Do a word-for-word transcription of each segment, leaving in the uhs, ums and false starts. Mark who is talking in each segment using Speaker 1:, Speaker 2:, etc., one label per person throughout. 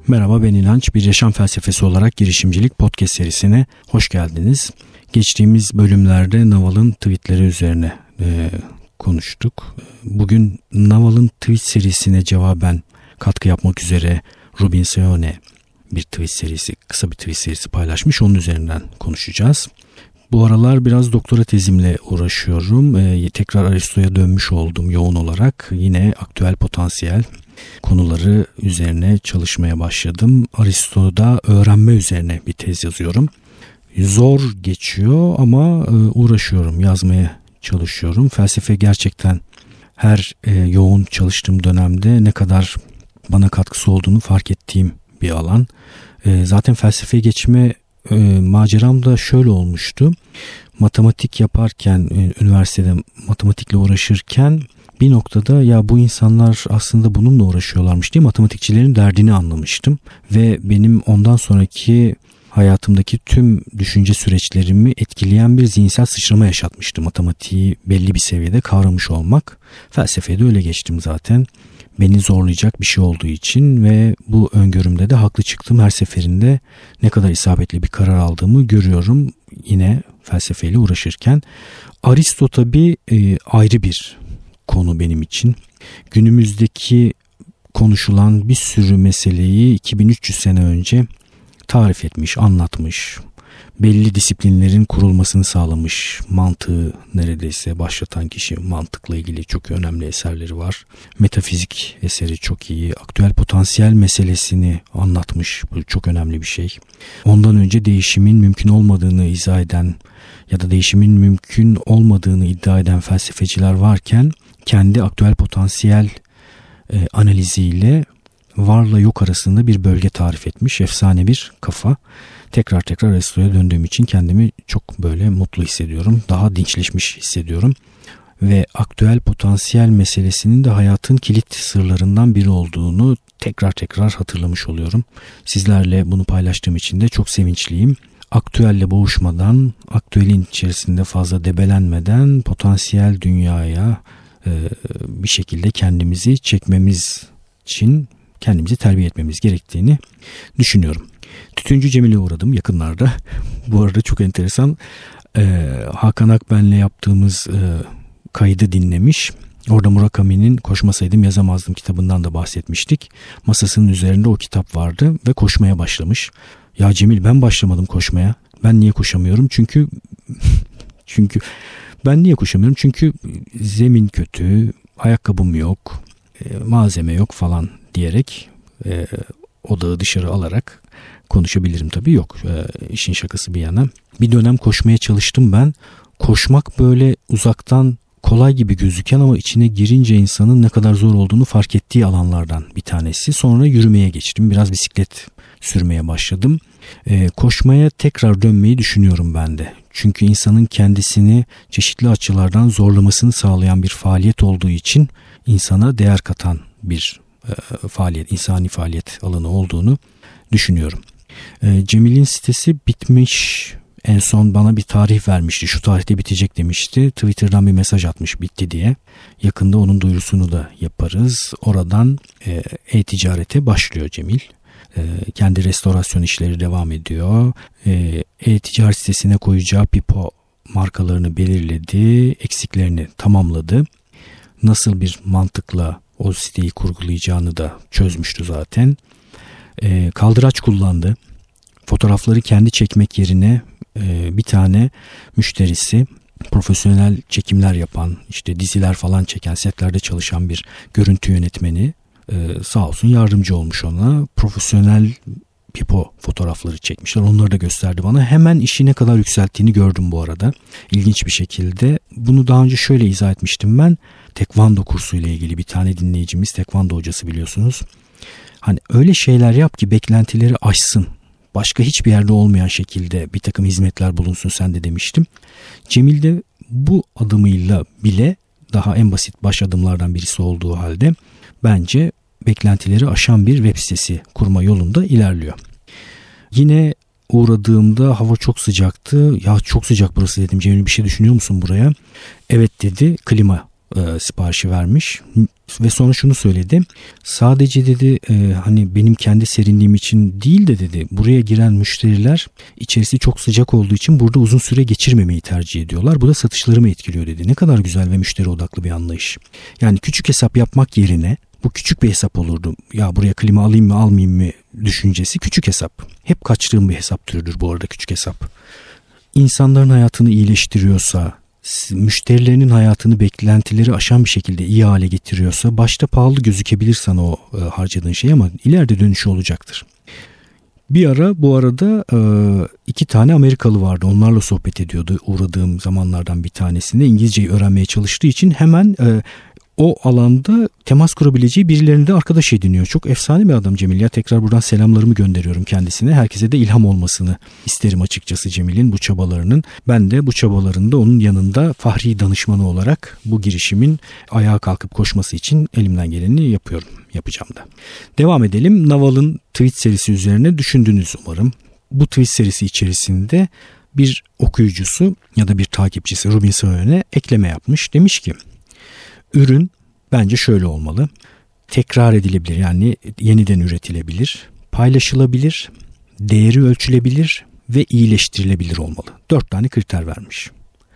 Speaker 1: Merhaba, ben İnanç. Bir yaşam felsefesi olarak girişimcilik podcast serisine hoş geldiniz. Geçtiğimiz bölümlerde Naval'ın tweetleri üzerine e, konuştuk. Bugün Naval'ın tweet serisine cevaben katkı yapmak üzere Rubin Seone bir tweet serisi, kısa bir tweet serisi paylaşmış. Onun üzerinden konuşacağız. Bu aralar biraz doktora tezimle uğraşıyorum. Ee, tekrar Aristo'ya dönmüş oldum yoğun olarak. Yine aktüel potansiyel konuları üzerine çalışmaya başladım. Aristo'da öğrenme üzerine bir tez yazıyorum. Zor geçiyor ama e, uğraşıyorum, yazmaya çalışıyorum. Felsefe gerçekten her e, yoğun çalıştığım dönemde ne kadar bana katkısı olduğunu fark ettiğim bir alan. E, zaten felsefeye geçme e, maceram da şöyle olmuştu. Matematik yaparken, e, üniversitede matematikle uğraşırken bir noktada ya bu insanlar aslında bununla uğraşıyorlarmış diye matematikçilerin derdini anlamıştım. Ve benim ondan sonraki hayatımdaki tüm düşünce süreçlerimi etkileyen bir zihinsel sıçrama yaşatmıştı. Matematiği belli bir seviyede kavramış olmak. Felsefeye de öyle geçtim zaten. Beni zorlayacak bir şey olduğu için ve bu öngörümde de haklı çıktım. Her seferinde ne kadar isabetli bir karar aldığımı görüyorum yine felsefeyle uğraşırken. Aristo tabii e, ayrı bir konu benim için. Günümüzdeki konuşulan bir sürü meseleyi iki bin üç yüz sene önce tarif etmiş, anlatmış. Belli disiplinlerin kurulmasını sağlamış. Mantığı neredeyse başlatan kişi, mantıkla ilgili çok önemli eserleri var. Metafizik eseri çok iyi. Aktüel potansiyel meselesini anlatmış. Bu çok önemli bir şey. Ondan önce değişimin mümkün olmadığını izah eden ya da değişimin mümkün olmadığını iddia eden felsefeciler varken kendi aktüel potansiyel e, analiziyle varla yok arasında bir bölge tarif etmiş. Efsane bir kafa. Tekrar tekrar Aristo'ya döndüğüm için kendimi çok böyle mutlu hissediyorum. Daha dinçleşmiş hissediyorum. Ve aktüel potansiyel meselesinin de hayatın kilit sırlarından biri olduğunu tekrar tekrar hatırlamış oluyorum. Sizlerle bunu paylaştığım için de çok sevinçliyim. Aktüelle boğuşmadan, aktüelin içerisinde fazla debelenmeden potansiyel dünyaya e, bir şekilde kendimizi çekmemiz için kendimizi terbiye etmemiz gerektiğini düşünüyorum. Tütüncü Cemil'e uğradım yakınlarda. Bu arada çok enteresan. Ee, Hakan Akben'le yaptığımız e, kaydı dinlemiş. Orada Murakami'nin Koşmasaydım Yazamazdım kitabından da bahsetmiştik. Masasının üzerinde o kitap vardı ve koşmaya başlamış. Ya Cemil, ben başlamadım koşmaya. Ben niye koşamıyorum? Çünkü çünkü ben niye koşamıyorum? Çünkü zemin kötü, ayakkabım yok, e, malzeme yok falan diyerek e, odağı dışarı alarak konuşabilirim tabii. Yok, e, işin şakası bir yana. Bir dönem koşmaya çalıştım ben. Koşmak böyle uzaktan kolay gibi gözüken ama içine girince insanın ne kadar zor olduğunu fark ettiği alanlardan bir tanesi. Sonra yürümeye geçtim. Biraz bisiklet sürmeye başladım. E, koşmaya tekrar dönmeyi düşünüyorum ben de. Çünkü insanın kendisini çeşitli açılardan zorlamasını sağlayan bir faaliyet olduğu için insana değer katan bir e, faaliyet, insani faaliyet alanı olduğunu düşünüyorum. E, Cemil'in sitesi bitmiş. En son bana bir tarih vermişti. Şu tarihte bitecek demişti. Twitter'dan bir mesaj atmış bitti diye. Yakında onun duyurusunu da yaparız. Oradan e, e-ticarete başlıyor Cemil. E, kendi restorasyon işleri devam ediyor. E, e-ticaret sitesine koyacağı pipo markalarını belirledi. Eksiklerini tamamladı. Nasıl bir mantıkla o siteyi kurgulayacağını da çözmüştü zaten. E, kaldıraç kullandı. Fotoğrafları kendi çekmek yerine e, bir tane müşterisi, profesyonel çekimler yapan, işte diziler falan çeken, setlerde çalışan bir görüntü yönetmeni e, sağ olsun yardımcı olmuş ona. Profesyonel pipo fotoğrafları çekmişler. Onları da gösterdi bana. Hemen işi ne kadar yükselttiğini gördüm bu arada. İlginç bir şekilde. Bunu daha önce şöyle izah etmiştim ben. Tekvando kursuyla ilgili bir tane dinleyicimiz, tekvando hocası biliyorsunuz. Hani öyle şeyler yap ki beklentileri aşsın. Başka hiçbir yerde olmayan şekilde bir takım hizmetler bulunsun sen de demiştim. Cemil de bu adımıyla bile daha en basit baş adımlardan birisi olduğu halde bence beklentileri aşan bir web sitesi kurma yolunda ilerliyor. Yine uğradığımda hava çok sıcaktı. Ya çok sıcak burası dedim. Cemil, bir şey düşünüyor musun buraya? Evet dedi. Klima e, siparişi vermiş ve sonra şunu söyledi. Sadece dedi e, hani benim kendi serinliğim için değil de dedi buraya giren müşteriler içerisi çok sıcak olduğu için burada uzun süre geçirmemeyi tercih ediyorlar. Bu da satışlarımı etkiliyor dedi. Ne kadar güzel ve müşteri odaklı bir anlayış. Yani küçük hesap yapmak yerine bu küçük bir hesap olurdu. Ya buraya klima alayım mı almayayım mı düşüncesi küçük hesap. Hep kaçtığım bir hesap türüdür bu arada küçük hesap. İnsanların hayatını iyileştiriyorsa, müşterilerinin hayatını beklentileri aşan bir şekilde iyi hale getiriyorsa başta pahalı gözükebilir sana o e, harcadığın şey ama ileride dönüşü olacaktır. Bir ara bu arada e, iki tane Amerikalı vardı. Onlarla sohbet ediyordu uğradığım zamanlardan bir tanesinde. İngilizceyi öğrenmeye çalıştığı için hemen e, o alanda temas kurabileceği birilerini de arkadaş ediniyor. Çok efsane bir adam Cemil ya. Tekrar buradan selamlarımı gönderiyorum kendisine. Herkese de ilham olmasını isterim açıkçası Cemil'in bu çabalarının. Ben de bu çabalarında onun yanında fahri danışmanı olarak bu girişimin ayağa kalkıp koşması için elimden geleni yapıyorum. Yapacağım da. Devam edelim. Naval'ın tweet serisi üzerine düşündünüz umarım. Bu tweet serisi içerisinde bir okuyucusu ya da bir takipçisi Rubin Söğüt'e ekleme yapmış. Demiş ki ürün bence şöyle olmalı. Tekrar edilebilir yani yeniden üretilebilir, paylaşılabilir, değeri ölçülebilir ve iyileştirilebilir olmalı. Dört tane kriter vermiş.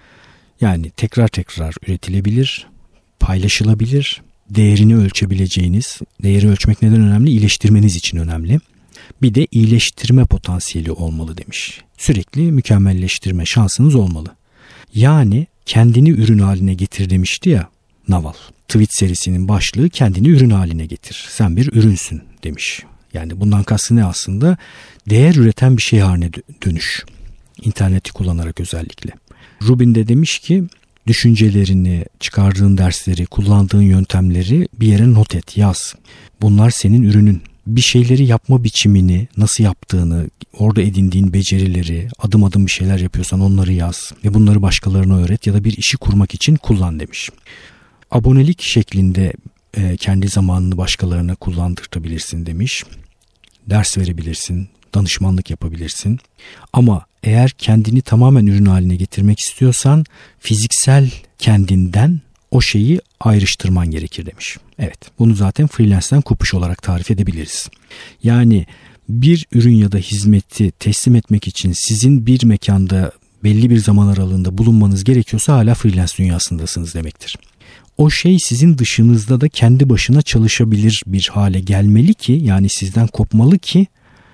Speaker 1: Yani tekrar tekrar üretilebilir, paylaşılabilir, değerini ölçebileceğiniz, değeri ölçmek neden önemli? İyileştirmeniz için önemli. Bir de iyileştirme potansiyeli olmalı demiş. Sürekli mükemmelleştirme şansınız olmalı. Yani kendini ürün haline getir demişti ya Naval. Tweet serisinin başlığı kendini ürün haline getir. Sen bir ürünsün demiş. Yani bundan kastı ne aslında? Değer üreten bir şey haline dönüş. İnterneti kullanarak özellikle. Rubin de demiş ki düşüncelerini, çıkardığın dersleri, kullandığın yöntemleri bir yere not et, yaz. Bunlar senin ürünün. Bir şeyleri yapma biçimini, nasıl yaptığını, orada edindiğin becerileri, adım adım bir şeyler yapıyorsan onları yaz ve bunları başkalarına öğret ya da bir işi kurmak için kullan demiş. Abonelik şeklinde e, kendi zamanını başkalarına kullandırtabilirsin demiş. Ders verebilirsin, danışmanlık yapabilirsin. Ama eğer kendini tamamen ürün haline getirmek istiyorsan fiziksel kendinden o şeyi ayrıştırman gerekir demiş. Evet, bunu zaten freelance'den kopuş olarak tarif edebiliriz. Yani bir ürün ya da hizmeti teslim etmek için sizin bir mekanda belli bir zaman aralığında bulunmanız gerekiyorsa hala freelance dünyasındasınız demektir. O şey sizin dışınızda da kendi başına çalışabilir bir hale gelmeli ki yani sizden kopmalı ki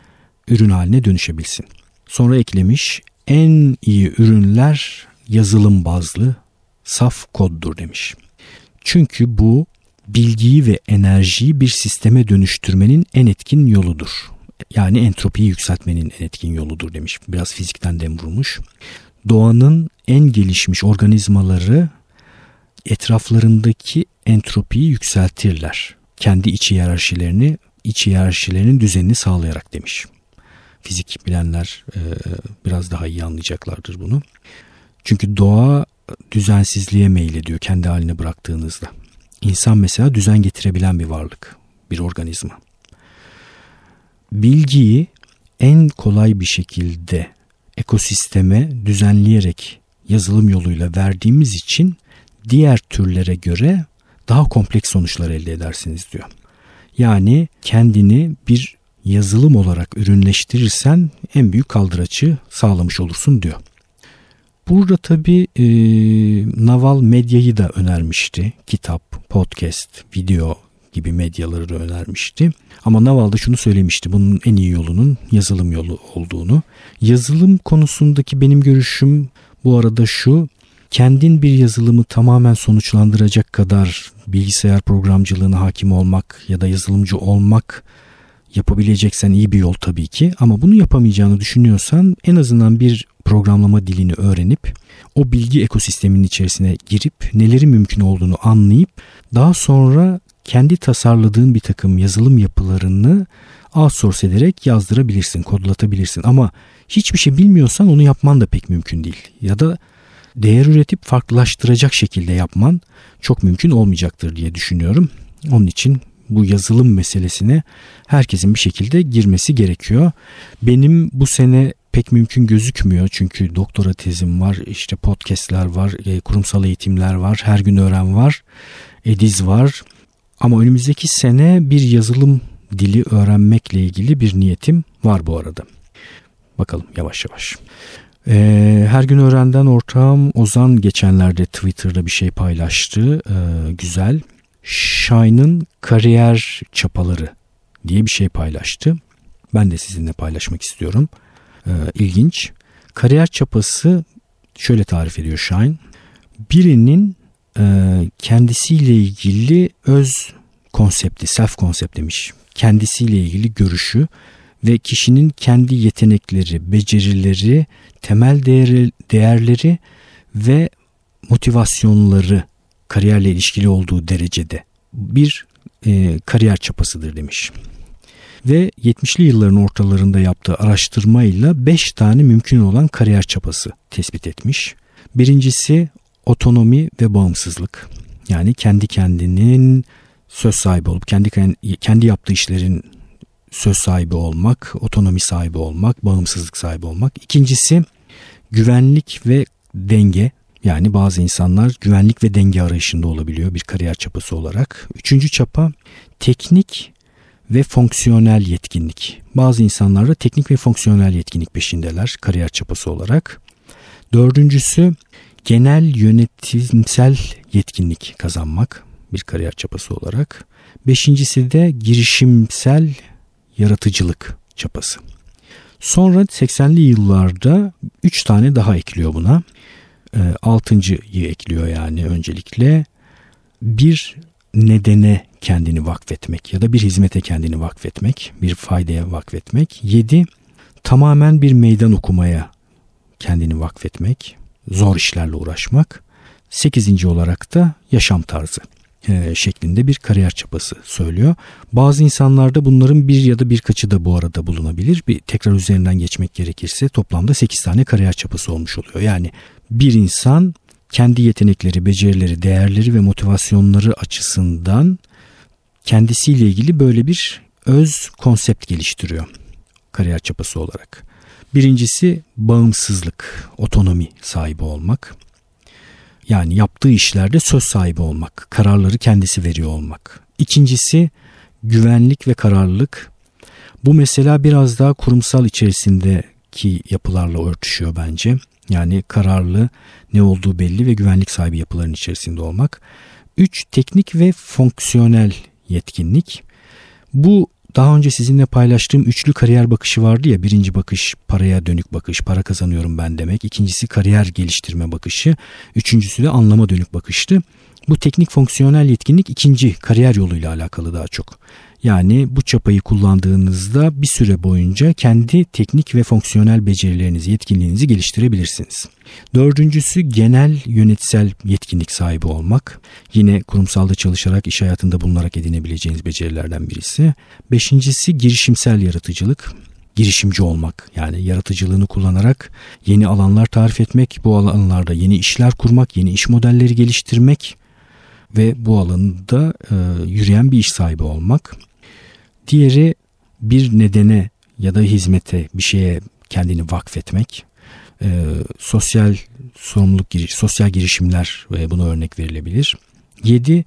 Speaker 1: ürün haline dönüşebilsin. Sonra eklemiş en iyi ürünler yazılım bazlı saf koddur demiş. Çünkü bu bilgiyi ve enerjiyi bir sisteme dönüştürmenin en etkin yoludur. Yani entropiyi yükseltmenin en etkin yoludur demiş. Biraz fizikten dem vurmuş. Doğanın en gelişmiş organizmaları etraflarındaki entropiyi yükseltirler. Kendi iç hiyerarşilerini, iç hiyerarşilerinin düzenini sağlayarak demiş. Fizik bilenler e, biraz daha iyi anlayacaklardır bunu. Çünkü doğa düzensizliğe meylediyor kendi haline bıraktığınızda. İnsan mesela düzen getirebilen bir varlık, bir organizma. Bilgiyi en kolay bir şekilde ekosisteme düzenleyerek yazılım yoluyla verdiğimiz için diğer türlere göre daha kompleks sonuçlar elde edersiniz diyor. Yani kendini bir yazılım olarak ürünleştirirsen en büyük kaldıraçı sağlamış olursun diyor. Burada tabii e, Naval medyayı da önermişti. Kitap, podcast, video gibi medyaları da önermişti. Ama Naval da şunu söylemişti. Bunun en iyi yolunun yazılım yolu olduğunu. Yazılım konusundaki benim görüşüm bu arada şu. Kendin bir yazılımı tamamen sonuçlandıracak kadar bilgisayar programcılığına hakim olmak ya da yazılımcı olmak yapabileceksen iyi bir yol tabii ki. Ama bunu yapamayacağını düşünüyorsan en azından bir programlama dilini öğrenip o bilgi ekosisteminin içerisine girip nelerin mümkün olduğunu anlayıp daha sonra kendi tasarladığın bir takım yazılım yapılarını outsource ederek yazdırabilirsin, kodlatabilirsin. Ama hiçbir şey bilmiyorsan onu yapman da pek mümkün değil. Ya da değer üretip farklılaştıracak şekilde yapman çok mümkün olmayacaktır diye düşünüyorum. Onun için bu yazılım meselesine herkesin bir şekilde girmesi gerekiyor. Benim bu sene pek mümkün gözükmüyor. Çünkü doktora tezim var, işte podcastler var, kurumsal eğitimler var, her gün öğren var, Ediz var. Ama önümüzdeki sene bir yazılım dili öğrenmekle ilgili bir niyetim var bu arada. Bakalım yavaş yavaş. Ee, her gün öğrenden ortağım Ozan geçenlerde Twitter'da bir şey paylaştı. Ee, güzel. Shine'ın kariyer çapaları diye bir şey paylaştı. Ben de sizinle paylaşmak istiyorum. Ee, ilginç. Kariyer çapası şöyle tarif ediyor Shine. Birinin e, kendisiyle ilgili öz konsepti, self konsept demiş. Kendisiyle ilgili görüşü ve kişinin kendi yetenekleri, becerileri, temel değeri, değerleri ve motivasyonları kariyerle ilişkili olduğu derecede bir e, kariyer çapasıdır demiş. Ve yetmişli yılların ortalarında yaptığı araştırmayla beş tane mümkün olan kariyer çapası tespit etmiş. Birincisi otonomi ve bağımsızlık. Yani kendi kendinin söz sahibi olup kendi kendi yaptığı işlerin söz sahibi olmak, otonomi sahibi olmak, bağımsızlık sahibi olmak. İkincisi güvenlik ve denge. Yani bazı insanlar güvenlik ve denge arayışında olabiliyor bir kariyer çapası olarak. Üçüncü çapa teknik ve fonksiyonel yetkinlik. Bazı insanlar da teknik ve fonksiyonel yetkinlik peşindeler kariyer çapası olarak. Dördüncüsü genel yönetimsel yetkinlik kazanmak bir kariyer çapası olarak. Beşincisi de girişimsel yaratıcılık çapası. Sonra seksenli yıllarda üç tane daha ekliyor buna. E, altıncıyı ekliyor yani öncelikle. Bir nedene kendini vakfetmek ya da bir hizmete kendini vakfetmek, bir faydaya vakfetmek. Yedi, tamamen bir meydan okumaya kendini vakfetmek, zor işlerle uğraşmak. Sekizinci olarak da yaşam tarzı e, şeklinde bir kariyer çapası söylüyor. Bazı insanlarda bunların bir ya da birkaçı da bu arada bulunabilir. Bir tekrar üzerinden geçmek gerekirse toplamda sekiz tane kariyer çapası olmuş oluyor. Yani bir insan kendi yetenekleri, becerileri, değerleri ve motivasyonları açısından kendisiyle ilgili böyle bir öz konsept geliştiriyor kariyer çapası olarak. Birincisi bağımsızlık, otonomi sahibi olmak. Yani yaptığı işlerde söz sahibi olmak, kararları kendisi veriyor olmak. İkincisi güvenlik ve kararlılık. Bu mesela biraz daha kurumsal içerisindeki yapılarla örtüşüyor bence. Yani kararlı, ne olduğu belli ve güvenlik sahibi yapıların içerisinde olmak. Üç, teknik ve fonksiyonel yetkinlik. Bu daha önce sizinle paylaştığım üçlü kariyer bakışı vardı ya. Birinci bakış paraya dönük bakış, para kazanıyorum ben demek. İkincisi kariyer geliştirme bakışı. Üçüncüsü de anlama dönük bakıştı. Bu teknik fonksiyonel yetkinlik ikinci kariyer yoluyla alakalı daha çok. Yani bu çapayı kullandığınızda bir süre boyunca kendi teknik ve fonksiyonel becerilerinizi, yetkinliğinizi geliştirebilirsiniz. Dördüncüsü genel yönetsel yetkinlik sahibi olmak. Yine kurumsalda çalışarak, iş hayatında bulunarak edinebileceğiniz becerilerden birisi. Beşincisi girişimsel yaratıcılık. Girişimci olmak, yani yaratıcılığını kullanarak yeni alanlar tarif etmek, bu alanlarda yeni işler kurmak, yeni iş modelleri geliştirmek ve bu alanda e, yürüyen bir iş sahibi olmak. Diğeri bir nedene ya da hizmete, bir şeye kendini vakfetmek. E, sosyal sorumluluk, giriş, sosyal girişimler e, buna örnek verilebilir. Yedi,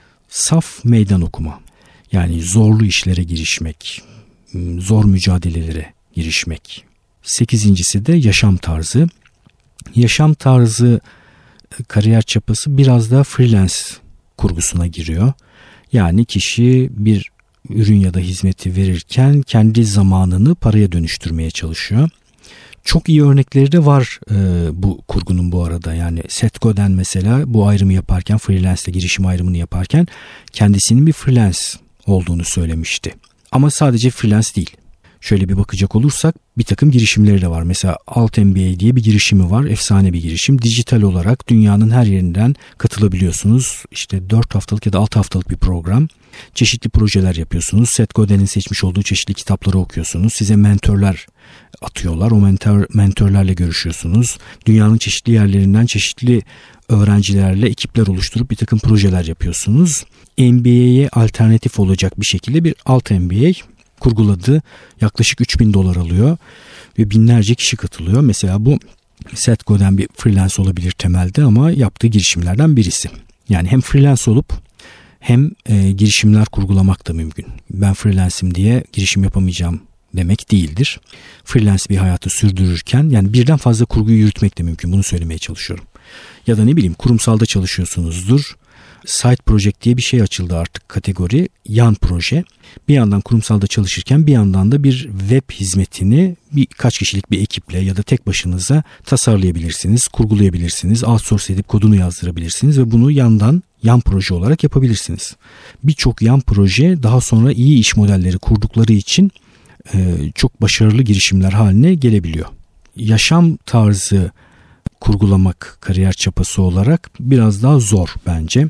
Speaker 1: saf meydan okuma. Yani zorlu işlere girişmek, zor mücadelelere girişmek. Sekizincisi de yaşam tarzı. Yaşam tarzı kariyer çapası biraz daha freelance kurgusuna giriyor. Yani kişi bir ürün ya da hizmeti verirken kendi zamanını paraya dönüştürmeye çalışıyor. Çok iyi örnekleri de var e, bu kurgunun bu arada. Yani Seth Godin mesela bu ayrımı yaparken, freelance ile girişim ayrımını yaparken kendisinin bir freelance olduğunu söylemişti. Ama sadece freelance değil. Şöyle bir bakacak olursak bir takım girişimleri de var. Mesela Alt M B A diye bir girişimi var. Efsane bir girişim. Dijital olarak dünyanın her yerinden katılabiliyorsunuz. İşte dört haftalık ya da altı haftalık bir program. Çeşitli projeler yapıyorsunuz. Seth Godin'in seçmiş olduğu çeşitli kitapları okuyorsunuz. Size mentorlar atıyorlar. O mentor, mentorlarla görüşüyorsunuz. Dünyanın çeşitli yerlerinden çeşitli öğrencilerle ekipler oluşturup bir takım projeler yapıyorsunuz. M B A'ye alternatif olacak bir şekilde bir alt M B A kurguladı. Yaklaşık üç bin dolar alıyor ve binlerce kişi katılıyor. Mesela bu Seth Godin bir freelance olabilir temelde ama yaptığı girişimlerden birisi. Yani hem freelance olup hem e, girişimler kurgulamak da mümkün. Ben freelance'im diye girişim yapamayacağım demek değildir. Freelance bir hayatı sürdürürken yani birden fazla kurguyu yürütmek de mümkün. Bunu söylemeye çalışıyorum. Ya da ne bileyim kurumsalda çalışıyorsunuzdur. Side project diye bir şey açıldı artık kategori. Yan proje. Bir yandan kurumsalda çalışırken bir yandan da bir web hizmetini birkaç kişilik bir ekiple ya da tek başınıza tasarlayabilirsiniz, kurgulayabilirsiniz, outsource edip kodunu yazdırabilirsiniz ve bunu yandan yan proje olarak yapabilirsiniz. Birçok yan proje daha sonra iyi iş modelleri kurdukları için e, çok başarılı girişimler haline gelebiliyor. Yaşam tarzı kurgulamak kariyer çapası olarak biraz daha zor bence.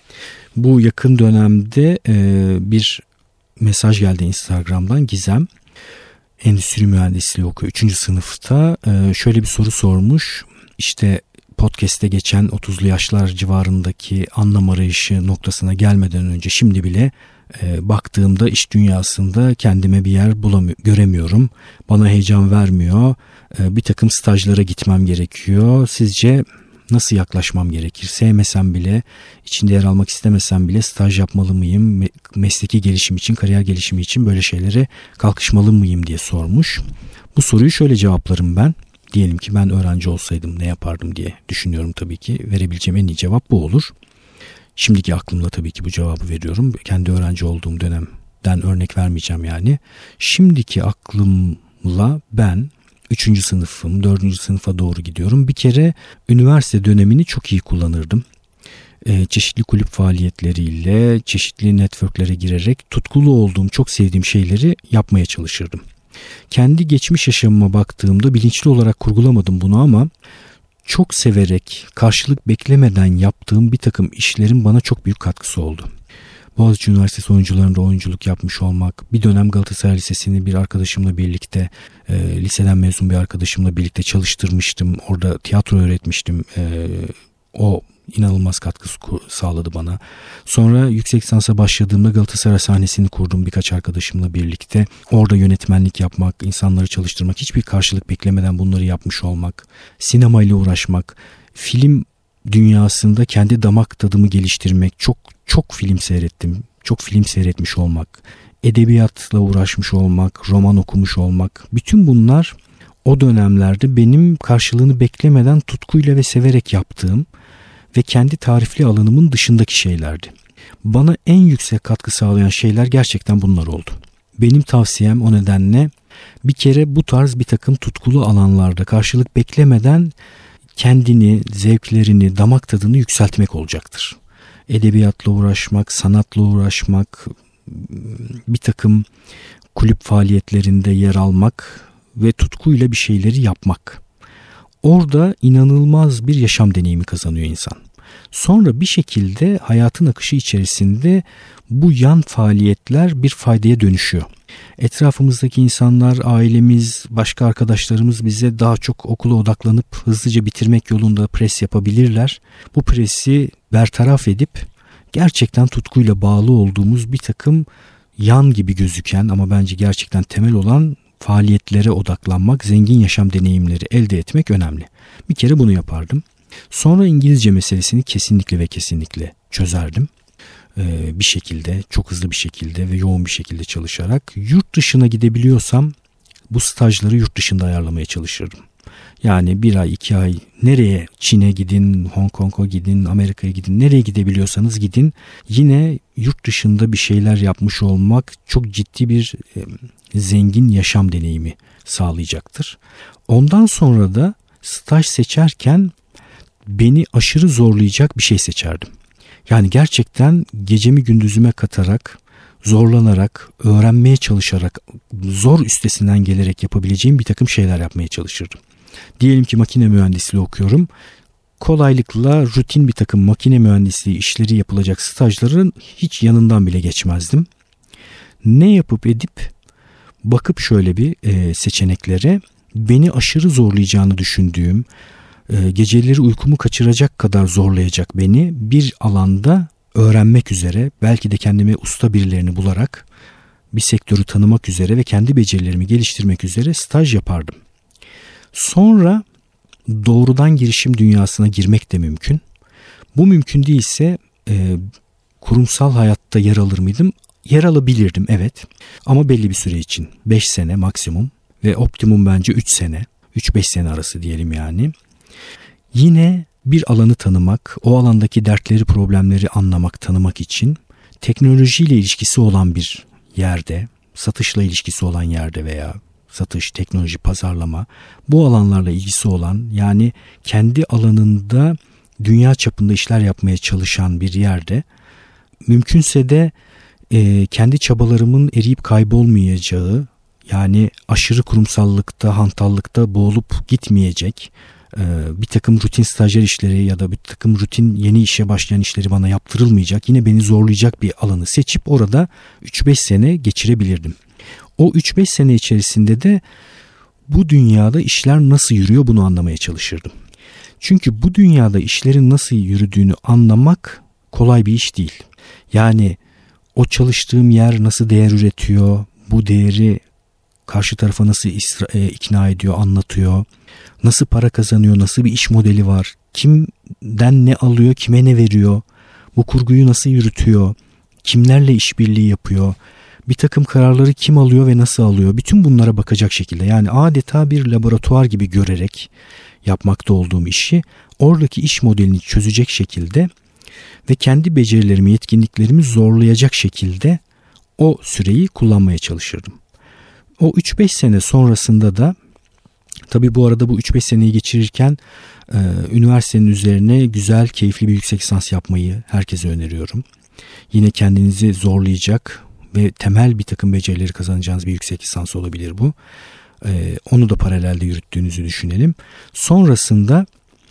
Speaker 1: Bu yakın dönemde e, bir mesaj geldi Instagram'dan. Gizem endüstri mühendisliği okuyor. Üçüncü sınıfta e, şöyle bir soru sormuş. İşte podcast'te geçen otuzlu yaşlar civarındaki anlam arayışı noktasına gelmeden önce şimdi bile e, baktığımda iş dünyasında kendime bir yer bulamıyorum, göremiyorum. Bana heyecan vermiyor. E, bir takım stajlara gitmem gerekiyor. Sizce nasıl yaklaşmam gerekir? Sevmesem bile, içinde yer almak istemesem bile staj yapmalı mıyım? Mesleki gelişim için, kariyer gelişimi için böyle şeylere kalkışmalı mıyım diye sormuş. Bu soruyu şöyle cevaplarım ben. Diyelim ki ben öğrenci olsaydım ne yapardım diye düşünüyorum tabii ki. Verebileceğim en iyi cevap bu olur. Şimdiki aklımla tabii ki bu cevabı veriyorum. Kendi öğrenci olduğum dönemden örnek vermeyeceğim yani. Şimdiki aklımla ben üçüncü sınıfım, dördüncü sınıfa doğru gidiyorum. Bir kere üniversite dönemini çok iyi kullanırdım. Ee, çeşitli kulüp faaliyetleriyle, çeşitli networklere girerek tutkulu olduğum, çok sevdiğim şeyleri yapmaya çalışırdım. Kendi geçmiş yaşamıma baktığımda bilinçli olarak kurgulamadım bunu ama çok severek, karşılık beklemeden yaptığım bir takım işlerin bana çok büyük katkısı oldu. Boğaziçi Üniversitesi oyuncularında oyunculuk yapmış olmak, bir dönem Galatasaray Lisesi'ni bir arkadaşımla birlikte, e, liseden mezun bir arkadaşımla birlikte çalıştırmıştım. Orada tiyatro öğretmiştim. E, o inanılmaz katkısı sağladı bana. Sonra yüksek lisansa başladığımda Galatasaray sahnesini kurdum birkaç arkadaşımla birlikte. Orada yönetmenlik yapmak, insanları çalıştırmak, hiçbir karşılık beklemeden bunları yapmış olmak, sinemayla uğraşmak, film dünyasında kendi damak tadımı geliştirmek, çok çok film seyrettim, çok film seyretmiş olmak, edebiyatla uğraşmış olmak, roman okumuş olmak, bütün bunlar o dönemlerde benim karşılığını beklemeden tutkuyla ve severek yaptığım ve kendi tarifli alanımın dışındaki şeylerdi. Bana en yüksek katkı sağlayan şeyler gerçekten bunlar oldu. Benim tavsiyem o nedenle bir kere bu tarz bir takım tutkulu alanlarda karşılık beklemeden kendini, zevklerini, damak tadını yükseltmek olacaktır. Edebiyatla uğraşmak, sanatla uğraşmak, bir takım kulüp faaliyetlerinde yer almak ve tutkuyla bir şeyleri yapmak. Orada inanılmaz bir yaşam deneyimi kazanıyor insan. Sonra bir şekilde hayatın akışı içerisinde bu yan faaliyetler bir faydaya dönüşüyor. Etrafımızdaki insanlar, ailemiz, başka arkadaşlarımız bize daha çok okula odaklanıp hızlıca bitirmek yolunda pres yapabilirler. Bu presi bertaraf edip gerçekten tutkuyla bağlı olduğumuz bir takım yan gibi gözüken ama bence gerçekten temel olan faaliyetlere odaklanmak, zengin yaşam deneyimleri elde etmek önemli. Bir kere bunu yapardım. Sonra İngilizce meselesini kesinlikle ve kesinlikle çözerdim. Ee, bir şekilde, çok hızlı bir şekilde ve yoğun bir şekilde çalışarak yurt dışına gidebiliyorsam bu stajları yurt dışında ayarlamaya çalışırdım. Yani bir ay, iki ay nereye, Çin'e gidin, Hong Kong'a gidin, Amerika'ya gidin, nereye gidebiliyorsanız gidin. Yine yurt dışında bir şeyler yapmış olmak çok ciddi bir e, zengin yaşam deneyimi sağlayacaktır. Ondan sonra da staj seçerken beni aşırı zorlayacak bir şey seçerdim. Yani gerçekten gecemi gündüzüme katarak, zorlanarak, öğrenmeye çalışarak, zor üstesinden gelerek yapabileceğim bir takım şeyler yapmaya çalışırdım. Diyelim ki makine mühendisliği okuyorum. Kolaylıkla rutin bir takım makine mühendisliği işleri yapılacak stajların hiç yanından bile geçmezdim. Ne yapıp edip bakıp şöyle bir e, seçeneklere beni aşırı zorlayacağını düşündüğüm, e, geceleri uykumu kaçıracak kadar zorlayacak beni bir alanda öğrenmek üzere belki de kendime usta birilerini bularak bir sektörü tanımak üzere ve kendi becerilerimi geliştirmek üzere staj yapardım. Sonra doğrudan girişim dünyasına girmek de mümkün. Bu mümkün değilse e, kurumsal hayatta yer alır mıydım? Yer alabilirdim, evet. Ama belli bir süre için. beş sene maksimum ve optimum bence üç sene. üç beş sene arası diyelim yani. Yine bir alanı tanımak, o alandaki dertleri, problemleri anlamak, tanımak için teknolojiyle ilişkisi olan bir yerde, satışla ilişkisi olan yerde veya satış, teknoloji, pazarlama, bu alanlarla ilgisi olan, yani kendi alanında dünya çapında işler yapmaya çalışan bir yerde, mümkünse de e, kendi çabalarımın eriyip kaybolmayacağı, yani aşırı kurumsallıkta, hantallıkta boğulup gitmeyecek e, bir takım rutin stajyer işleri ya da bir takım rutin yeni işe başlayan işleri bana yaptırılmayacak, yine beni zorlayacak bir alanı seçip orada üç beş sene geçirebilirdim. O üç beş sene içerisinde de bu dünyada işler nasıl yürüyor bunu anlamaya çalışırdım. Çünkü bu dünyada işlerin nasıl yürüdüğünü anlamak kolay bir iş değil. Yani o çalıştığım yer nasıl değer üretiyor, bu değeri karşı tarafa nasıl isra- e, ikna ediyor, anlatıyor, nasıl para kazanıyor, nasıl bir iş modeli var, kimden ne alıyor, kime ne veriyor, bu kurguyu nasıl yürütüyor, kimlerle işbirliği yapıyor, bir takım kararları kim alıyor ve nasıl alıyor, bütün bunlara bakacak şekilde, yani adeta bir laboratuvar gibi görerek yapmakta olduğum işi oradaki iş modelini çözecek şekilde ve kendi becerilerimi, yetkinliklerimi zorlayacak şekilde o süreyi kullanmaya çalışırdım. O üç beş sene sonrasında da tabii bu arada bu üç beş seneyi geçirirken e, üniversitenin üzerine güzel, keyifli bir yüksek lisans yapmayı herkese öneriyorum. Yine kendinizi zorlayacak ve temel bir takım becerileri kazanacağınız bir yüksek lisans olabilir bu. E, onu da paralelde yürüttüğünüzü düşünelim. Sonrasında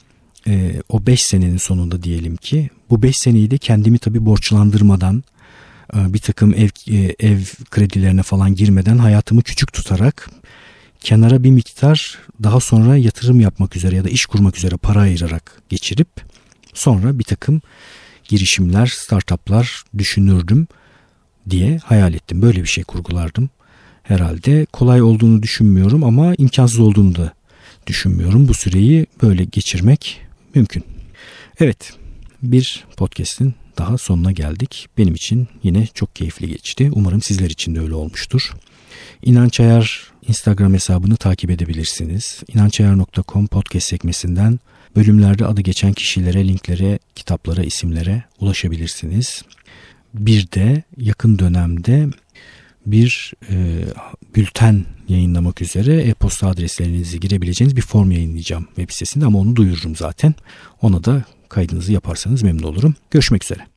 Speaker 1: e, o beş senenin sonunda diyelim ki bu beş seneyi de kendimi tabii borçlandırmadan, bir takım ev, ev kredilerine falan girmeden hayatımı küçük tutarak kenara bir miktar daha sonra yatırım yapmak üzere ya da iş kurmak üzere para ayırarak geçirip sonra bir takım girişimler, startuplar düşünürdüm diye hayal ettim. Böyle bir şey kurgulardım. Herhalde kolay olduğunu düşünmüyorum ama imkansız olduğunu da düşünmüyorum. Bu süreyi böyle geçirmek mümkün. Evet, bir podcast'in daha sonuna geldik. Benim için yine çok keyifli geçti. Umarım sizler için de öyle olmuştur. İnanç Ayar Instagram hesabını takip edebilirsiniz. inançayar nokta com podcast sekmesinden bölümlerde adı geçen kişilere, linklere, kitaplara, isimlere ulaşabilirsiniz. Bir de yakın dönemde bir e, bülten yayınlamak üzere e-posta adreslerinizi girebileceğiniz bir form yayınlayacağım web sitesinde ama onu duyururum zaten. Ona da kaydınızı yaparsanız memnun olurum. Görüşmek üzere.